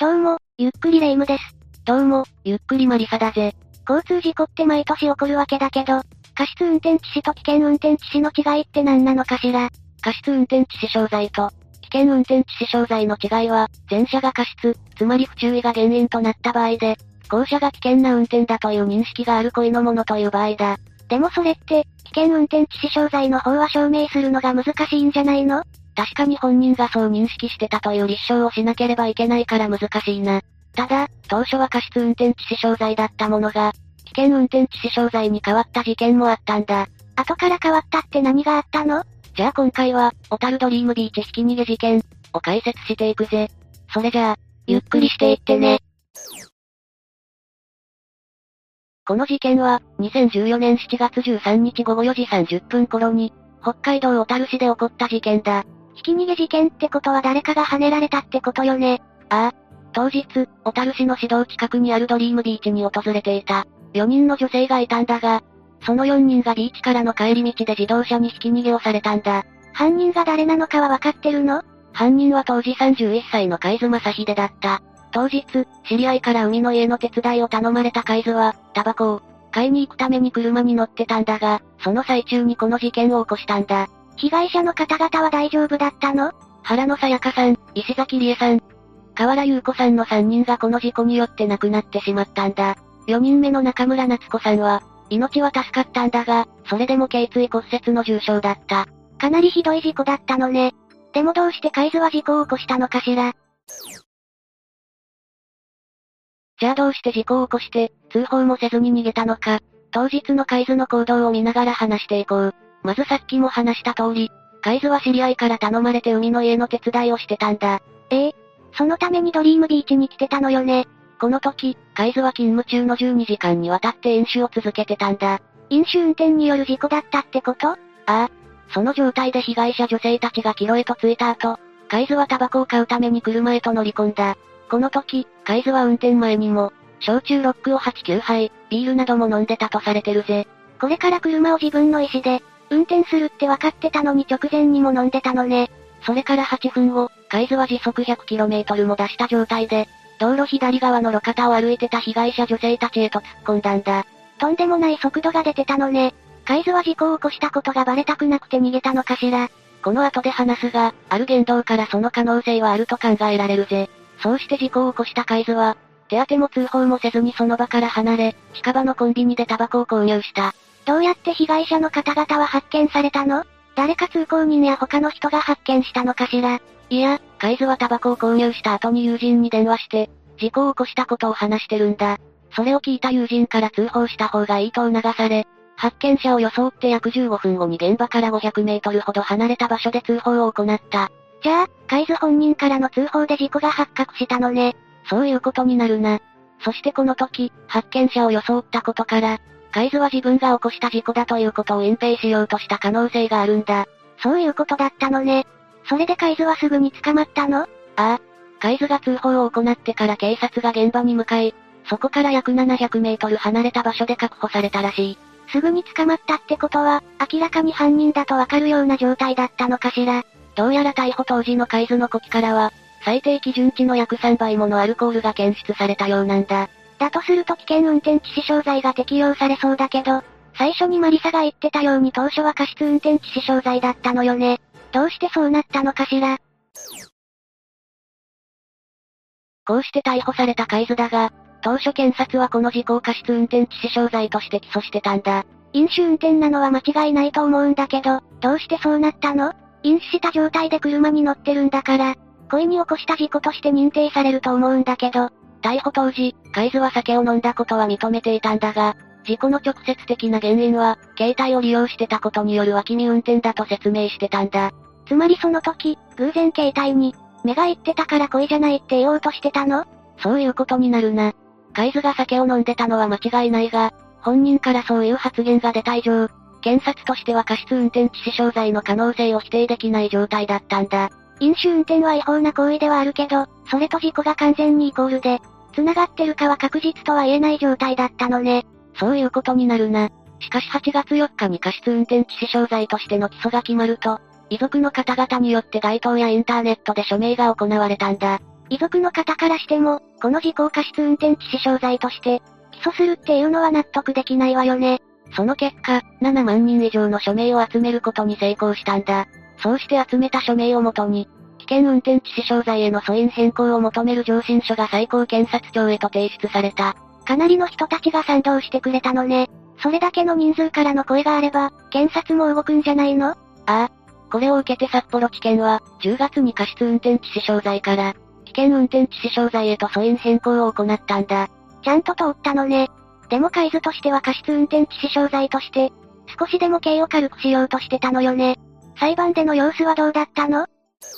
どうも、ゆっくりレ夢ムです。 どうも、ゆっくりマリサだぜ。 交通事故って毎年起こるわけだけど、過失運転致死と危険運転致死の違いって何なのかしら。 過失運転致死傷罪と、危険運転致死傷罪の違いは、前者が過失、つまり不注意が原因となった場合で、後者が危険な運転だという認識がある故意のものという場合だ。 でもそれって、危険運転致死傷罪の方は証明するのが難しいんじゃないの？ 確かに本人がそう認識してたという立証をしなければいけないから難しいな。ただ、当初は過失運転致死傷罪だったものが、危険運転致死傷罪に変わった事件もあったんだ。 後から変わったって何があったの？ じゃあ今回は、小樽ドリームビーチひき逃げ事件を解説していくぜ。それじゃあ、ゆっくりしていってね。この事件は、2014年7月13日午後4時30分頃に、北海道小樽市で起こった事件だ。 ひき逃げ事件ってことは誰かが跳ねられたってことよね。 ああ。当日、小樽市の市道近くにあるドリームビーチに訪れていた。4人の女性がいたんだが、その4人がビーチからの帰り道で自動車にひき逃げをされたんだ。 犯人が誰なのかは分かってるの？ 犯人は当時31歳の海津正秀だった。当日、知り合いから海の家の手伝いを頼まれた海津は、タバコを買いに行くために車に乗ってたんだが、その最中にこの事件を起こしたんだ。 被害者の方々は大丈夫だったの？ 原野さやかさん、石崎理恵さん、河原優子さんの3人がこの事故によって亡くなってしまったんだ。4人目の中村夏子さんは、命は助かったんだが、それでも頸椎骨折の重傷だった。 かなりひどい事故だったのね。でもどうして海津は事故を起こしたのかしら。 じゃあどうして事故を起こして、通報もせずに逃げたのか。当日の海津の行動を見ながら話していこう。まずさっきも話した通り、海津は知り合いから頼まれて海の家の手伝いをしてたんだ。 そのためにドリームビーチに来てたのよね。 この時、海津は勤務中の12時間にわたって飲酒を続けてたんだ。 飲酒運転による事故だったってこと？ ああ。その状態で被害者女性たちが帰路へと着いた後、海津はタバコを買うために車へと乗り込んだ。この時、海津は運転前にも、焼酎ロックを8、9杯、ビールなども飲んでたとされてるぜ。 これから車を自分の意思で、運転するって分かってたのに直前にも飲んでたのね。 それから8分後、海津は時速 100km も出した状態で、道路左側の路肩を歩いてた被害者女性たちへと突っ込んだんだ。 とんでもない速度が出てたのね。海津は事故を起こしたことがバレたくなくて逃げたのかしら。 この後で話すが、ある言動からその可能性はあると考えられるぜ。そうして事故を起こした海津は、手当ても通報もせずにその場から離れ、近場のコンビニでタバコを購入した。 どうやって被害者の方々は発見されたの？誰か通行人や他の人が発見したのかしら。 いや、海津はタバコを購入した後に友人に電話して、事故を起こしたことを話してるんだ。それを聞いた友人から通報した方がいいと促され、発見者を装って約15分後に現場から500メートルほど離れた場所で通報を行った。 じゃあ、海津本人からの通報で事故が発覚したのね。 そういうことになるな。そしてこの時、発見者を装ったことから、海津は自分が起こした事故だということを隠蔽しようとした可能性があるんだ。 そういうことだったのね。それで海津はすぐに捕まったの？ ああ。海津が通報を行ってから警察が現場に向かい、そこから約700メートル離れた場所で確保されたらしい。 すぐに捕まったってことは、明らかに犯人だとわかるような状態だったのかしら。 どうやら逮捕当時の海津の呼気からは、最低基準値の約3倍ものアルコールが検出されたようなんだ。 だとすると危険運転致死傷罪が適用されそうだけど、最初にマリサが言ってたように当初は過失運転致死傷罪だったのよね。どうしてそうなったのかしら。 こうして逮捕された海津だが、当初検察はこの事故を過失運転致死傷罪として起訴してたんだ。 飲酒運転なのは間違いないと思うんだけど、どうしてそうなったの？飲酒した状態で車に乗ってるんだから、故意に起こした事故として認定されると思うんだけど、 逮捕当時、海津は酒を飲んだことは認めていたんだが、事故の直接的な原因は、携帯を利用してたことによる脇見運転だと説明してたんだ。 つまりその時、偶然携帯に、目が行ってたから故意じゃないって言おうとしてたの？ そういうことになるな。海津が酒を飲んでたのは間違いないが、本人からそういう発言が出た以上、検察としては過失運転致死傷罪の可能性を否定できない状態だったんだ。 飲酒運転は違法な行為ではあるけど、それと事故が完全にイコールで、繋がってるかは確実とは言えない状態だったのね。 そういうことになるな。しかし8月4日に過失運転致死傷罪としての起訴が決まると、遺族の方々によって街頭やインターネットで署名が行われたんだ。 遺族の方からしても、この事故を過失運転致死傷罪として、起訴するっていうのは納得できないわよね。 その結果、7万人以上の署名を集めることに成功したんだ。そうして集めた署名をもとに、危険運転致死傷罪への訴因変更を求める上申書が最高検察庁へと提出された。 かなりの人たちが賛同してくれたのね。それだけの人数からの声があれば、検察も動くんじゃないの？ ああ。これを受けて札幌地検は、10月に過失運転致死傷罪から、危険運転致死傷罪へと訴因変更を行ったんだ。 ちゃんと通ったのね。でも海津としては過失運転致死傷罪として、少しでも刑を軽くしようとしてたのよね。裁判での様子はどうだったの？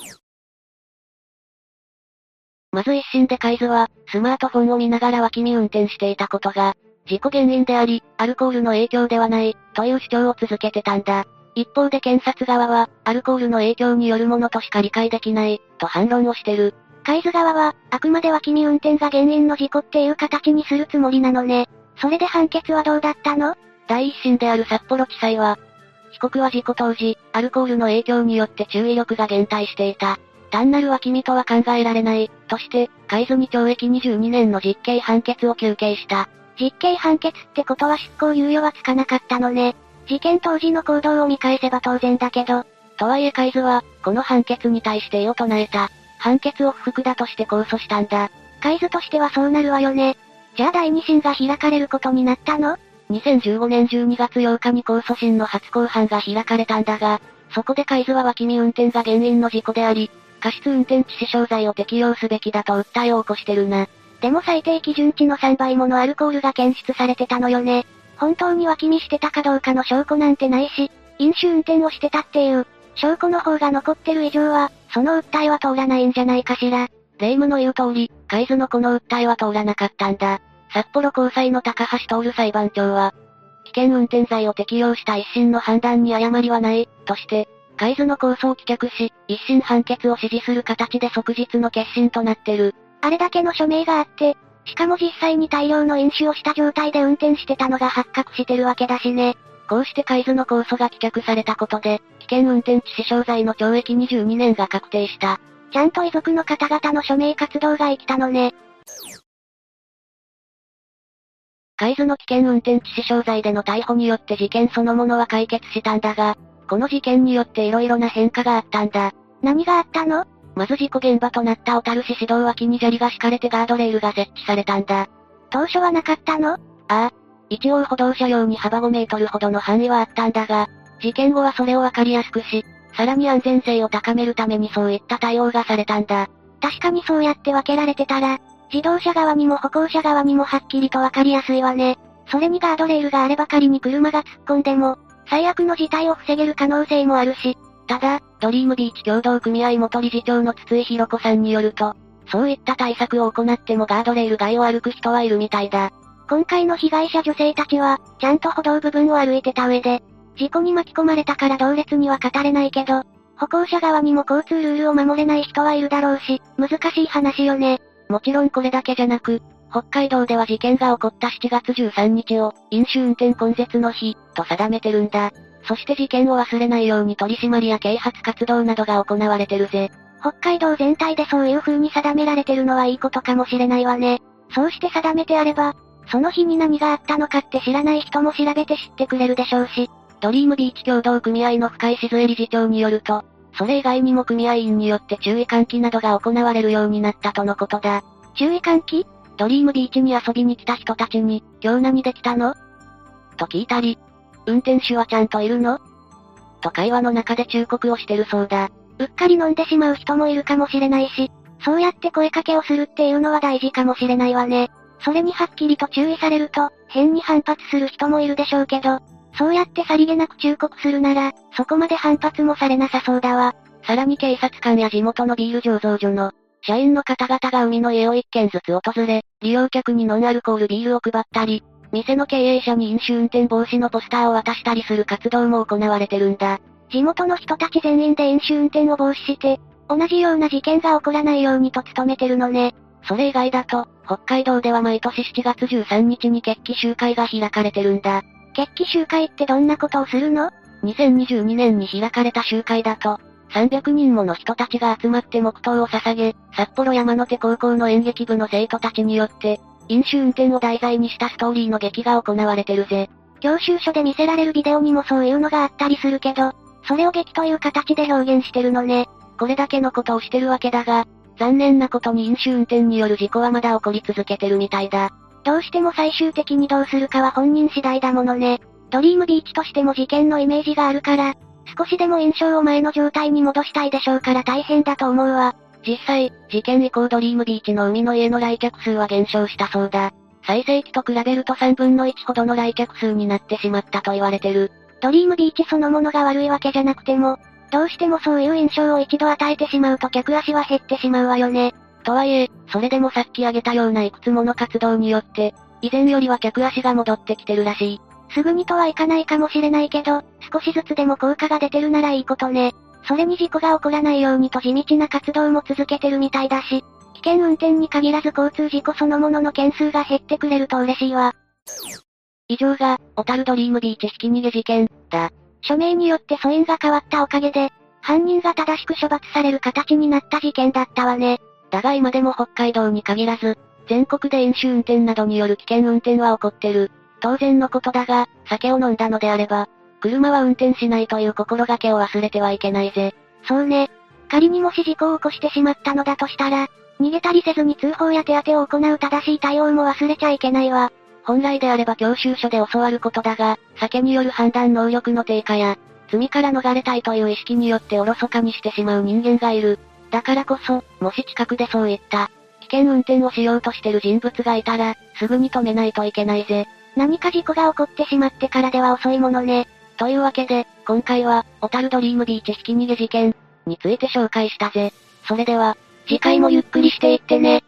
まず一審で海津は、スマートフォンを見ながら脇見運転していたことが、事故原因であり、アルコールの影響ではない、という主張を続けてたんだ。一方で検察側は、アルコールの影響によるものとしか理解できない、と反論をしてる。 海津側は、あくまで脇見運転が原因の事故っていう形にするつもりなのね。それで判決はどうだったの？ 第一審である札幌地裁は、被告は事故当時、アルコールの影響によって注意力が減退していた。単なる脇見とは考えられない、として、海津に懲役22年の実刑判決を求刑した。 実刑判決ってことは執行猶予はつかなかったのね。事件当時の行動を見返せば当然だけど。 とはいえ海津は、この判決に対して異を唱えた。判決を不服だとして控訴したんだ。 海津としてはそうなるわよね。じゃあ第二審が開かれることになったの ？2015年12月8日に控訴審の初公判が開かれたんだが、そこで海津は脇見運転が原因の事故であり、過失運転致死傷罪を適用すべきだと訴えを起こしてるな。 でも最低基準値の3倍ものアルコールが検出されてたのよね。本当に脇見してたかどうかの証拠なんてないし、飲酒運転をしてたっていう、証拠の方が残ってる以上は、その訴えは通らないんじゃないかしら。 霊夢の言う通り、海津のこの訴えは通らなかったんだ。札幌高裁の高橋徹裁判長は、危険運転罪を適用した一審の判断に誤りはない、として、海津の控訴を棄却し、一審判決を支持する形で即日の結審となってる。 あれだけの署名があって、しかも実際に大量の飲酒をした状態で運転してたのが発覚してるわけだしね。 こうして海津の控訴が棄却されたことで、危険運転致死傷罪の懲役22年が確定した。 ちゃんと遺族の方々の署名活動が生きたのね。 海津の危険運転致死傷罪での逮捕によって事件そのものは解決したんだが、この事件によって色々な変化があったんだ。 何があったの？ まず事故現場となった小樽市市道脇に砂利が敷かれてガードレールが設置されたんだ。 当初はなかったの？ ああ。一応歩道車用に幅5メートルほどの範囲はあったんだが、事件後はそれをわかりやすくし、さらに安全性を高めるためにそういった対応がされたんだ。 確かにそうやって分けられてたら、自動車側にも歩行者側にもはっきりとわかりやすいわね。それにガードレールがあれば仮に車が突っ込んでも、最悪の事態を防げる可能性もあるし。 ただ、ドリームビーチ協同組合元理事長の筒井博子さんによると、そういった対策を行ってもガードレール外を歩く人はいるみたいだ。 今回の被害者女性たちは、ちゃんと歩道部分を歩いてた上で、事故に巻き込まれたから同列には語れないけど、歩行者側にも交通ルールを守れない人はいるだろうし、難しい話よね。 もちろんこれだけじゃなく、北海道では事件が起こった7月13日を、飲酒運転根絶の日、と定めてるんだ。そして事件を忘れないように取り締まりや啓発活動などが行われてるぜ。 北海道全体でそういう風に定められてるのはいいことかもしれないわね。そうして定めてあれば、その日に何があったのかって知らない人も調べて知ってくれるでしょうし。 ドリームビーチ協同組合の深井静江理事長によると、それ以外にも組合員によって注意喚起などが行われるようになったとのことだ。 注意喚起？ ドリームビーチに遊びに来た人たちに、今日何できたの？と聞いたり、運転手はちゃんといるの？と会話の中で忠告をしてるそうだ。 うっかり飲んでしまう人もいるかもしれないし、そうやって声かけをするっていうのは大事かもしれないわね。それにはっきりと注意されると、変に反発する人もいるでしょうけど、そうやってさりげなく忠告するなら、そこまで反発もされなさそうだわ。 さらに警察官や地元のビール醸造所の、社員の方々が海の家を一軒ずつ訪れ、利用客にノンアルコールビールを配ったり、店の経営者に飲酒運転防止のポスターを渡したりする活動も行われてるんだ。 地元の人たち全員で飲酒運転を防止して、同じような事件が起こらないようにと努めてるのね。 それ以外だと、北海道では毎年7月13日に決起集会が開かれてるんだ。 決起集会ってどんなことをするの？ 2022年に開かれた集会だと、 300人もの人たちが集まって黙祷を捧げ、札幌山手高校の演劇部の生徒たちによって、飲酒運転を題材にしたストーリーの劇が行われてるぜ。 教習所で見せられるビデオにもそういうのがあったりするけど、それを劇という形で表現してるのね。 これだけのことをしてるわけだが、残念なことに飲酒運転による事故はまだ起こり続けてるみたいだ。 どうしても最終的にどうするかは本人次第だものね。ドリームビーチとしても事件のイメージがあるから、少しでも印象を前の状態に戻したいでしょうから大変だと思うわ。 実際、事件以降ドリームビーチの海の家の来客数は減少したそうだ。最盛期と比べると3分の1ほどの来客数になってしまったと言われてる。 ドリームビーチそのものが悪いわけじゃなくても、どうしてもそういう印象を一度与えてしまうと客足は減ってしまうわよね。 とはいえ、それでもさっき挙げたようないくつもの活動によって、以前よりは客足が戻ってきてるらしい。 すぐにとはいかないかもしれないけど、少しずつでも効果が出てるならいいことね。それに事故が起こらないようにと地道な活動も続けてるみたいだし、危険運転に限らず交通事故そのものの件数が減ってくれると嬉しいわ。 以上が、小樽ドリームビーチひき逃げ事件、だ。 署名によって訴因が変わったおかげで、犯人が正しく処罰される形になった事件だったわね。 だが今でも北海道に限らず、全国で飲酒運転などによる危険運転は起こってる。当然のことだが、酒を飲んだのであれば、車は運転しないという心がけを忘れてはいけないぜ。 そうね。仮にもし事故を起こしてしまったのだとしたら、逃げたりせずに通報や手当を行う正しい対応も忘れちゃいけないわ。 本来であれば教習所で教わることだが、酒による判断能力の低下や、罪から逃れたいという意識によっておろそかにしてしまう人間がいる。だからこそ、もし近くでそういった、危険運転をしようとしてる人物がいたら、すぐに止めないといけないぜ。 何か事故が起こってしまってからでは遅いものね。 というわけで、今回は、小樽ドリームビーチひき逃げ事件について紹介したぜ。それでは、次回もゆっくりしていってね。